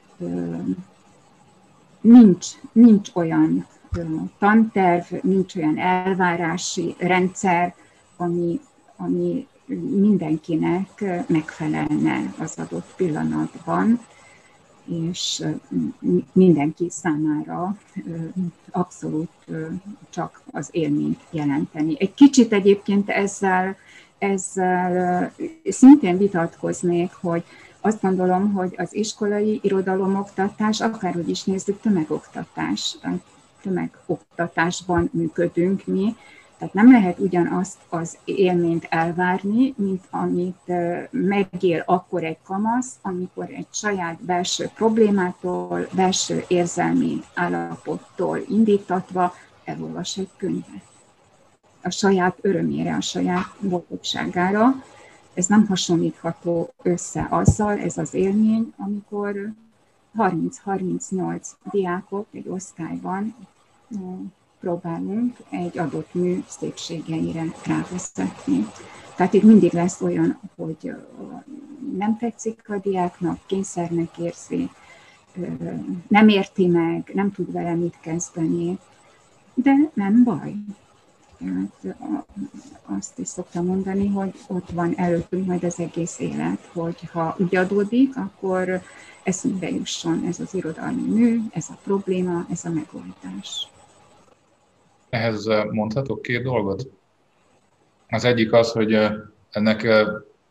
nincs, nincs olyan tanterv, nincs olyan elvárási rendszer, ami, ami mindenkinek megfelelne az adott pillanatban, és mindenki számára abszolút csak az élményt jelenteni. Egy kicsit egyébként ezzel, ezzel szintén vitatkoznék, hogy azt gondolom, hogy az iskolai irodalomoktatás, akárhogy is nézzük, tömegoktatás, tömegoktatásban működünk mi, tehát nem lehet ugyanazt az élményt elvárni, mint amit megél akkor egy kamasz, amikor egy saját belső problémától, belső érzelmi állapottól indítatva elolvas egy könyvet. A saját örömére, a saját boldogságára. Ez nem hasonlítható össze azzal, ez az élmény, amikor harminc-harmincnyolc diákot egy osztályban próbálunk egy adott mű szépségeire rávezetni. Tehát itt mindig lesz olyan, hogy nem tetszik a diáknak, kényszernek érzi, nem érti meg, nem tud vele mit kezdeni, de nem baj. Tehát azt is szoktam mondani, hogy ott van előttünk majd az egész élet, hogy ha úgy adódik, akkor eszünkbe jusson ez az irodalmi mű, ez a probléma, ez a megoldás. Ehhez mondhatok két dolgot? Az egyik az, hogy ennek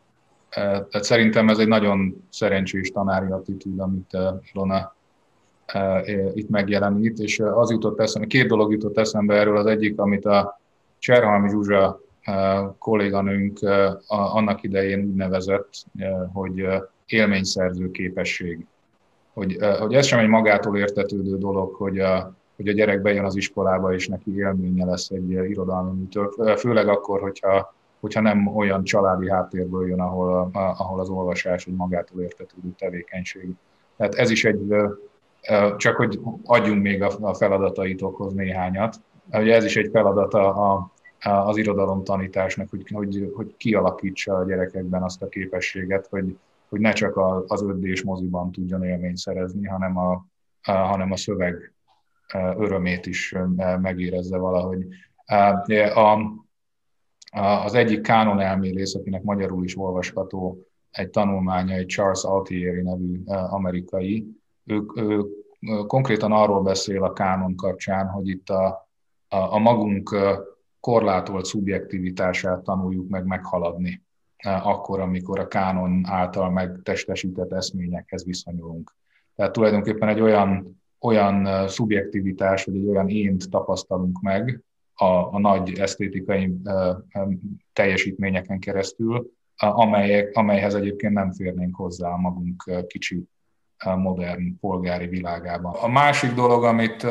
Tehát szerintem ez egy nagyon szerencsés tanári attitűd, amit Ilona itt megjelenít, és az jutott eszembe, két dolog jutott eszembe erről, az egyik, amit a Cserhalmi Zsuzsa kolléganőnk annak idején úgy nevezett, hogy élményszerző képesség. Hogy, hogy ez sem egy magától értetődő dolog, hogy a, hogy a gyerek bejön az iskolába, és neki élménye lesz egy irodalmi műtől, főleg akkor, hogyha, hogyha nem olyan családi háttérből jön, ahol, a, ahol az olvasás egy magától értetődő tevékenység. Tehát ez is egy, csak hogy adjunk még a feladataitokhoz néhányat. Ugye ez is egy feladata a, az irodalomtanításnak, hogy, hogy, hogy kialakítsa a gyerekekben azt a képességet, hogy, hogy ne csak az ötdés moziban tudjon élményt szerezni, hanem a, a, hanem a szöveg örömét is megérezze valahogy. A, a, az egyik kánon elmélész, akinek magyarul is olvasható egy tanulmánya, egy Charles Altieri nevű amerikai, ő, ő konkrétan arról beszél a kánon kapcsán, hogy itt a, a, a magunk korlátolt szubjektivitását tanuljuk meg meghaladni, akkor, amikor a kánon által megtestesített eszményekhez viszonyulunk. Tehát tulajdonképpen egy olyan, olyan szubjektivitás, vagy egy olyan ént tapasztalunk meg a, a nagy esztétikai teljesítményeken keresztül, amelyek, amelyhez egyébként nem férnénk hozzá a magunk kicsi modern polgári világában. A másik dolog, amit,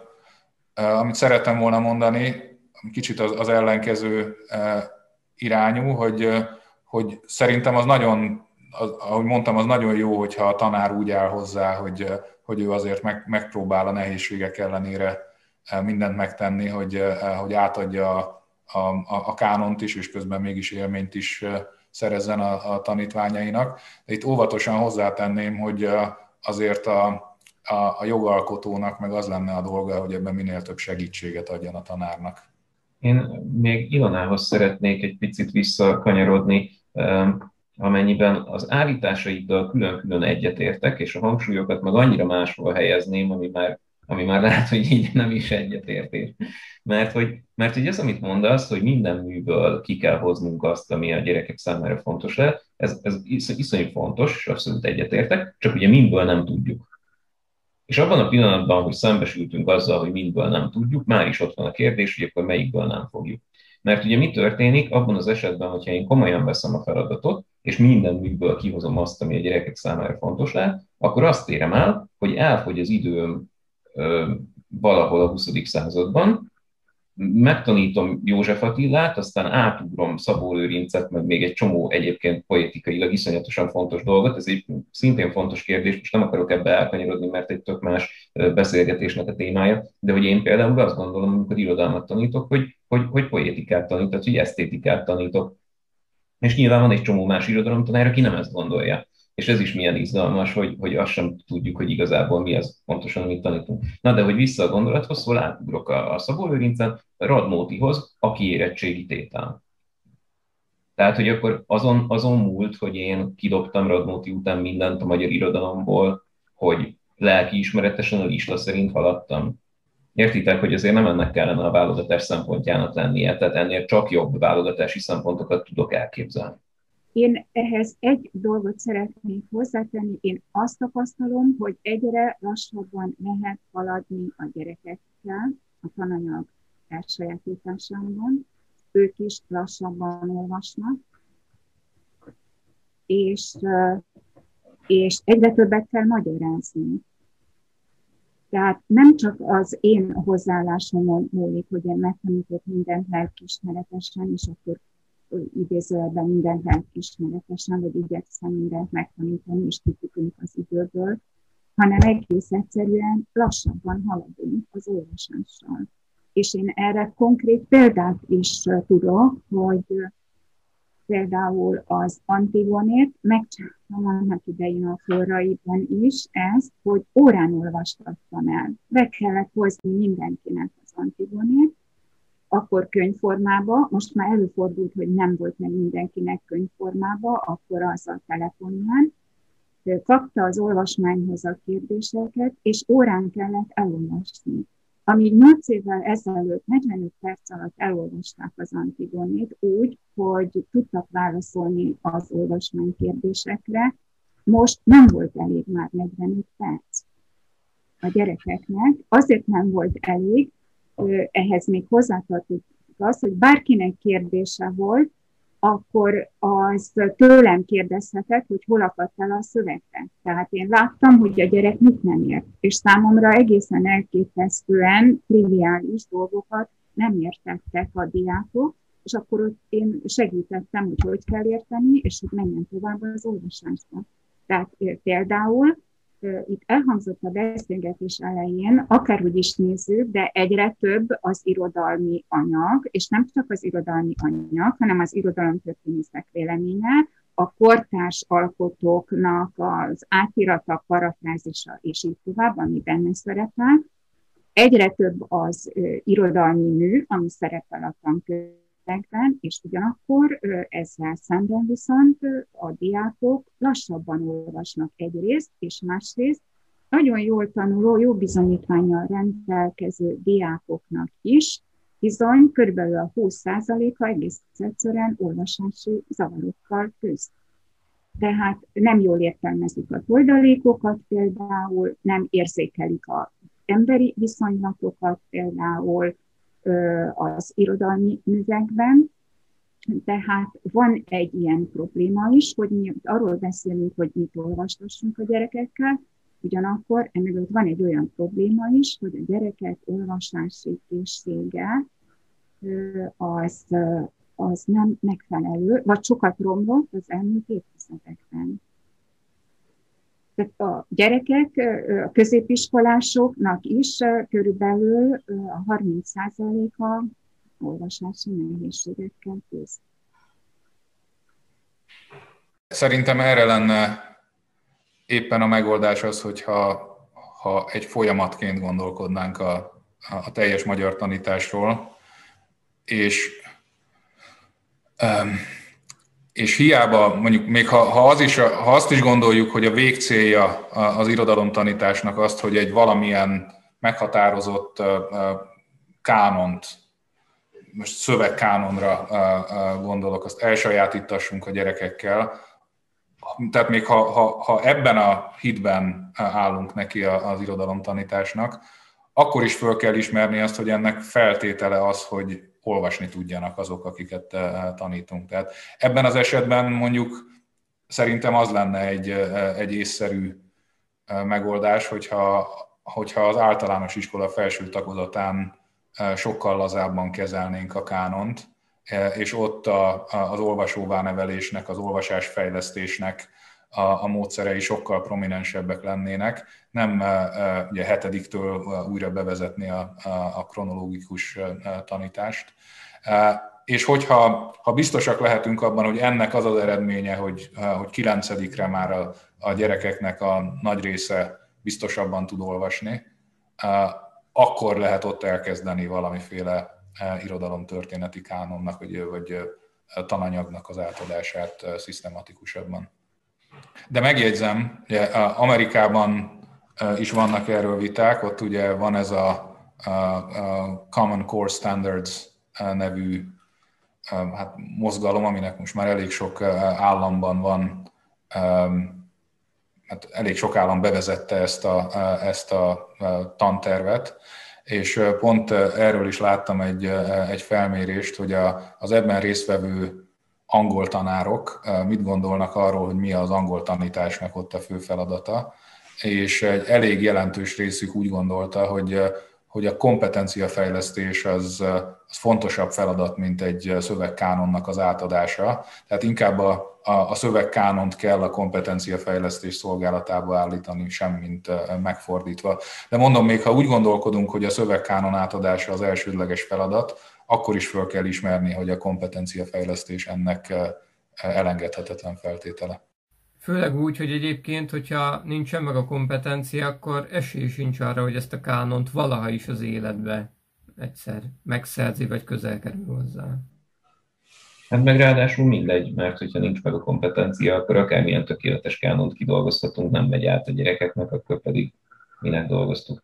amit szerettem volna mondani, kicsit az, az ellenkező irányú, hogy, hogy szerintem az nagyon, az, ahogy mondtam, az nagyon jó, hogyha a tanár úgy áll hozzá, hogy, hogy ő azért meg, megpróbál a nehézségek ellenére mindent megtenni, hogy, hogy átadja a, a, a kánont is, és közben mégis élményt is szerezzen a, a tanítványainak. De itt óvatosan hozzátenném, hogy azért a, a, a jogalkotónak meg az lenne a dolga, hogy ebben minél több segítséget adjon a tanárnak. Én még Ilonához szeretnék egy picit visszakanyarodni, amennyiben az állításaiddal külön-külön egyetértek, és a hangsúlyokat meg annyira máshol helyezném, ami már, ami már lehet, hogy így nem is egyetértés. Mert hogy, mert hogy ez, amit mondasz, hogy minden műből ki kell hoznunk azt, ami a gyerekek számára fontos lehet, ez, ez iszonyú fontos, és abszolút egyetértek, csak ugye mindből nem tudjuk. És abban a pillanatban, hogy szembesültünk azzal, hogy mindből nem tudjuk, már is ott van a kérdés, hogy akkor melyikből nem fogjuk. Mert ugye mi történik abban az esetben, hogyha én komolyan veszem a feladatot, és minden műből kihozom azt, ami a gyerekek számára fontos lehet, akkor azt érem el, hogy elfogy az időm ö, valahol a huszadik században, megtanítom József Attilát, aztán átugrom Szabó Lőrincet, meg még egy csomó egyébként poetikailag iszonyatosan fontos dolgot. Ez egy szintén fontos kérdés, most nem akarok ebbe elkanyarodni, mert egy tök más beszélgetésnek a témája, de hogy én például azt gondolom, amikor irodalmat tanítok, hogy, hogy, hogy poetikát tanítok, tehát hogy esztétikát tanítok. És nyilván van egy csomó más irodalomtanár, aki nem ezt gondolja. És ez is milyen izgalmas, hogy, hogy azt sem tudjuk, hogy igazából mi az pontosan, amit tanítunk. Na de hogy vissza a gondolathoz, szóval átugrok a, a Szabó Lőrincen, Radnótihoz, aki érettségi tétel. Tehát, hogy akkor azon, azon múlt, hogy én kidobtam Radnóti után mindent a magyar irodalomból, hogy lelkiismeretesen a lista szerint haladtam. Értitek, hogy azért nem ennek kellene a válogatás szempontjának lennie, tehát ennél csak jobb válogatási szempontokat tudok elképzelni. Én ehhez egy dolgot szeretnék hozzátenni. Én azt tapasztalom, hogy egyre lassabban lehet haladni a gyerekekkel a tananyag elsajátításában. Ők is lassabban olvasnak, és, és egyre többet kell magyarázni. Tehát nem csak az én hozzáállásomon múlik, hogy én megtanítok mindent lelkiismeretesen, és akkor idézőjelben mindent lelkiismeretesen, vagy igyekszem mindent megtanítani, és kifutunk az időből, hanem egész egyszerűen lassabban haladunk az olvasással. És én erre konkrét példát is tudok, hogy például az Antigonét megcsináltam annak idején a forraiban is ezt, hogy órán olvastattam el. Be kellett hozni mindenkinek az Antigonét, akkor könyvformába, most már előfordult, hogy nem volt meg mindenkinek könyvformába, akkor az a telefonján, kapta az olvasmányhoz a kérdéseket, és órán kellett elolvasni. ami nyolc évvel ezelőtt negyvenöt perc alatt elolvasták az Antigonét úgy, hogy tudtak válaszolni az olvasmánykérdésekre, most nem volt elég már negyvenöt perc a gyerekeknek. Azért nem volt elég, ehhez még hozzátartozik az, hogy bárkinek kérdése volt, akkor az tőlem kérdezhetett, hogy hol akadt el a szövegre. Tehát én láttam, hogy a gyerek mit nem ért, és számomra egészen elképesztően triviális dolgokat nem értettek a diákok, és akkor ott én segítettem, hogy hogy kell érteni, és hogy menjen tovább az olvasásba. Tehát például itt elhangzott a beszélgetés elején, akárhogy is nézzük, de egyre több az irodalmi anyag, és nem csak az irodalmi anyag, hanem az irodalomtörténészek véleménye, a kortárs alkotóknak az átirata, parafrázisa, és így tovább, ami benne szerepel. Egyre több az irodalmi mű, ami szerepel a tankönyvekben, és ugyanakkor ezzel szemben viszont a diákok lassabban olvasnak egyrészt, és másrészt nagyon jól tanuló, jó bizonyítvánnyal rendelkező diákoknak is bizony körülbelül a húsz százaléka egész egyszerűen olvasási zavarokkal küzd. Tehát nem jól értelmezik a oldalékokat például, nem érzékelik az emberi viszonylatokat például az irodalmi művekben. Tehát van egy ilyen probléma is, hogy mi arról beszélünk, hogy mit olvastassunk a gyerekekkel, ugyanakkor emögött van egy olyan probléma is, hogy a gyerekek olvasási készsége az, az nem megfelelő, vagy sokat romlott az elmúlt évtizedekben. Tehát a gyerekek, a középiskolásoknak is körülbelül a harminc százaléka olvasási nehézségekkel küzd. Szerintem erre lenne éppen a megoldás az, hogyha ha egy folyamatként gondolkodnánk a, a teljes magyar tanításról, és, és hiába mondjuk még ha, ha, az is, ha azt is gondoljuk, hogy a végcélja az irodalomtanításnak azt, hogy egy valamilyen meghatározott kánont, most szövegkánonra gondolok, azt elsajátítassunk a gyerekekkel. Tehát még ha, ha, ha ebben a hitben állunk neki az irodalomtanításnak, akkor is föl kell ismerni azt, hogy ennek feltétele az, hogy olvasni tudjanak azok, akiket tanítunk. Tehát ebben az esetben mondjuk szerintem az lenne egy, egy észszerű megoldás, hogyha, hogyha az általános iskola felső tagozatán sokkal lazábban kezelnénk a kánont, és ott a, az olvasóvá nevelésnek, az olvasásfejlesztésnek a, a módszerei sokkal prominensebbek lennének, nem ugye hetediktől újra bevezetni a, a, a kronológikus tanítást. És hogyha ha biztosak lehetünk abban, hogy ennek az az eredménye, hogy, hogy kilencedikre már a, a gyerekeknek a nagy része biztosabban tud olvasni, akkor lehet ott elkezdeni valamiféle irodalomtörténeti kánonnak, vagy, vagy tananyagnak az átadását szisztematikusabban. De megjegyzem, ugye Amerikában is vannak erről viták, ott ugye van ez a, a, a Common Core Standards nevű hát, mozgalom, aminek most már elég sok államban van, hát elég sok állam bevezette ezt a, ezt a tantervet, és pont erről is láttam egy, egy felmérést, hogy a, az ebben résztvevő angol tanárok mit gondolnak arról, hogy mi az angol tanításnak ott a fő feladata, és egy elég jelentős részük úgy gondolta, hogy, hogy a kompetenciafejlesztés az, az fontosabb feladat, mint egy szövegkánonnak az átadása. Tehát inkább a, a, a szövegkánont kell a kompetenciafejlesztés szolgálatába állítani, semmint megfordítva. De mondom, még ha úgy gondolkodunk, hogy a szövegkánon átadása az elsődleges feladat, akkor is föl kell ismerni, hogy a kompetenciafejlesztés ennek elengedhetetlen feltétele. Főleg úgy, hogy egyébként, hogyha nincsen meg a kompetencia, akkor esély sincs arra, hogy ezt a kánont valaha is az életbe egyszer megszerzi, vagy közel kerül hozzá. Hát meg ráadásul mindegy, mert hogyha nincs meg a kompetencia, akkor akármilyen tökéletes kánont kidolgoztatunk, nem megy át a gyerekeknek, akkor pedig minek dolgoztuk ki.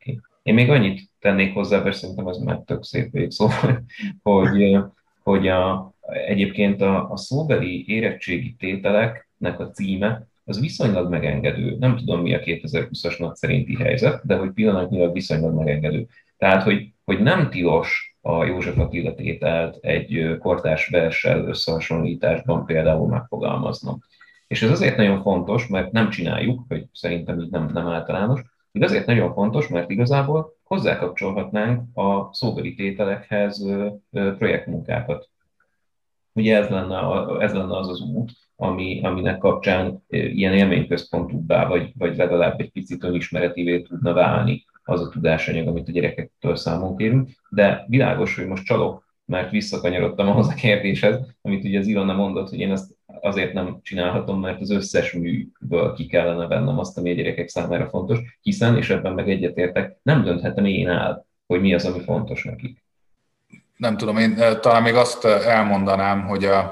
Én még annyit tennék hozzá, mert szerintem ez már tök szép végszó, hogy, hogy a, egyébként a, a szóbeli érettségi tételeknek a címe az viszonylag megengedő. Nem tudom, mi a kétezer-húszas nap szerinti helyzet, de hogy pillanatnyilag viszonylag megengedő. Tehát, hogy, hogy nem tilos a József Attila tételt egy kortárs verssel összehasonlításban például megfogalmaznom. És ez azért nagyon fontos, mert nem csináljuk, hogy szerintem így nem, nem általános, de azért nagyon fontos, mert igazából hozzákapcsolhatnánk a szóbeli tételekhez projektmunkákat. Ugye ez lenne, a, ez lenne az az út, ami, aminek kapcsán ilyen élményközpontúbbá, vagy, vagy legalább egy picit önismeretívé tudna válni az a tudásanyag, amit a gyerekektől számon kérünk. De világos, hogy most csalok, mert visszakanyarodtam ahhoz a kérdéshez, amit ugye az Ilona mondott, hogy én ezt azért nem csinálhatom, mert az összes műből ki kellene vennem azt, ami a gyerekek számára fontos, hiszen, és ebben meg egyetértek, nem dönthetem én el, hogy mi az, ami fontos nekik. Nem tudom, én talán még azt elmondanám, hogy, a,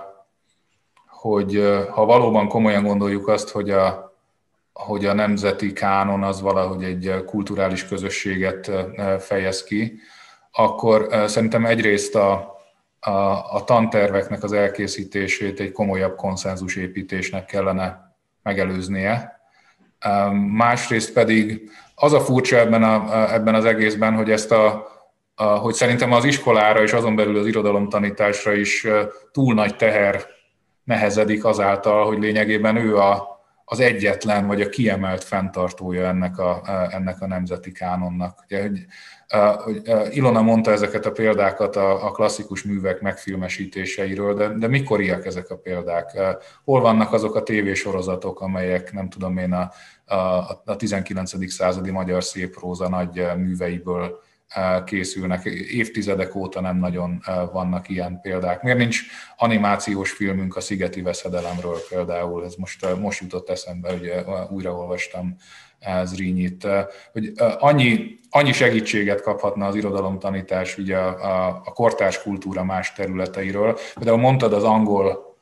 hogy ha valóban komolyan gondoljuk azt, hogy a, hogy a nemzeti kánon az valahogy egy kulturális közösséget fejez ki, akkor szerintem egyrészt a, a, a tanterveknek az elkészítését egy komolyabb konszenzusépítésnek kellene megelőznie. Másrészt pedig az a furcsa ebben, a, ebben az egészben, hogy ezt a hogy szerintem az iskolára és azon belül az irodalomtanításra is túl nagy teher nehezedik azáltal, hogy lényegében ő a, az egyetlen vagy a kiemelt fenntartója ennek a, ennek a nemzeti kánonnak. Ugye, hogy, hogy Ilona mondta ezeket a példákat a, a klasszikus művek megfilmesítéseiről, de, de mikoriak ezek a példák? Hol vannak azok a tévésorozatok, amelyek nem tudom én a, a, a tizenkilencedik századi magyar széppróza nagy műveiből készülnek. Évtizedek óta nem nagyon vannak ilyen példák. Miért nincs animációs filmünk a Szigeti Veszedelemről például? Ez most, most jutott eszembe, hogy újraolvastam Zrínit. Hogy annyi, annyi segítséget kaphatna az irodalomtanítás ugye a, a, a kortárs kultúra más területeiről. Például mondtad az angol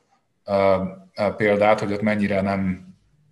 példát, hogy ott mennyire nem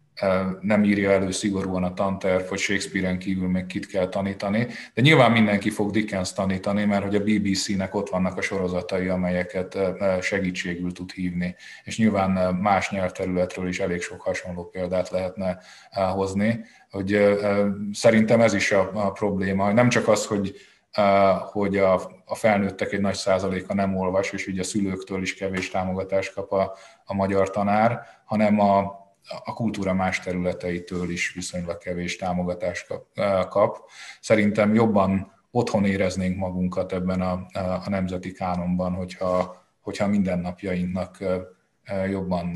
nem írja elő szigorúan a tanterv, hogy Shakespeare-en kívül még kit kell tanítani, de nyilván mindenki fog Dickens tanítani, mert hogy a bé bé cé-nek ott vannak a sorozatai, amelyeket segítségül tud hívni, és nyilván más nyelvterületről is elég sok hasonló példát lehetne hozni, hogy szerintem ez is a probléma, nem csak az, hogy hogy a, a felnőttek egy nagy százaléka nem olvas, és ugye a szülőktől is kevés támogatást kap a, a magyar tanár, hanem a a kultúra más területeitől is viszonylag kevés támogatást kap. Szerintem jobban otthon éreznénk magunkat ebben a, a nemzeti kánonban, hogyha, hogyha mindennapjainknak jobban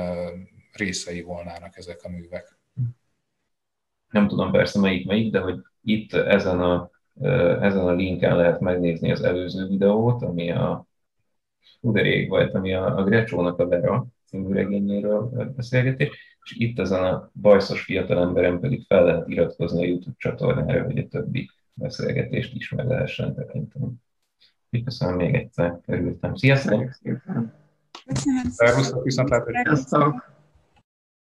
részei volnának ezek a művek. Nem tudom persze melyik melyik, de hogy itt ezen a, ezen a linken lehet megnézni az előző videót, ami a Uderég volt, ami a, a Grecsónak a Vera című regényéről beszélgetés, és itt ezen a bajszos fiatalemberen pedig fel lehet iratkozni a YouTube csatornára, hogy a többi beszélgetést is meg lehessen tekinteni. Köszönöm még egyszer, örültem. Sziasztok! Köszönöm. Szervusztok, viszontlátásra! Sziasztok!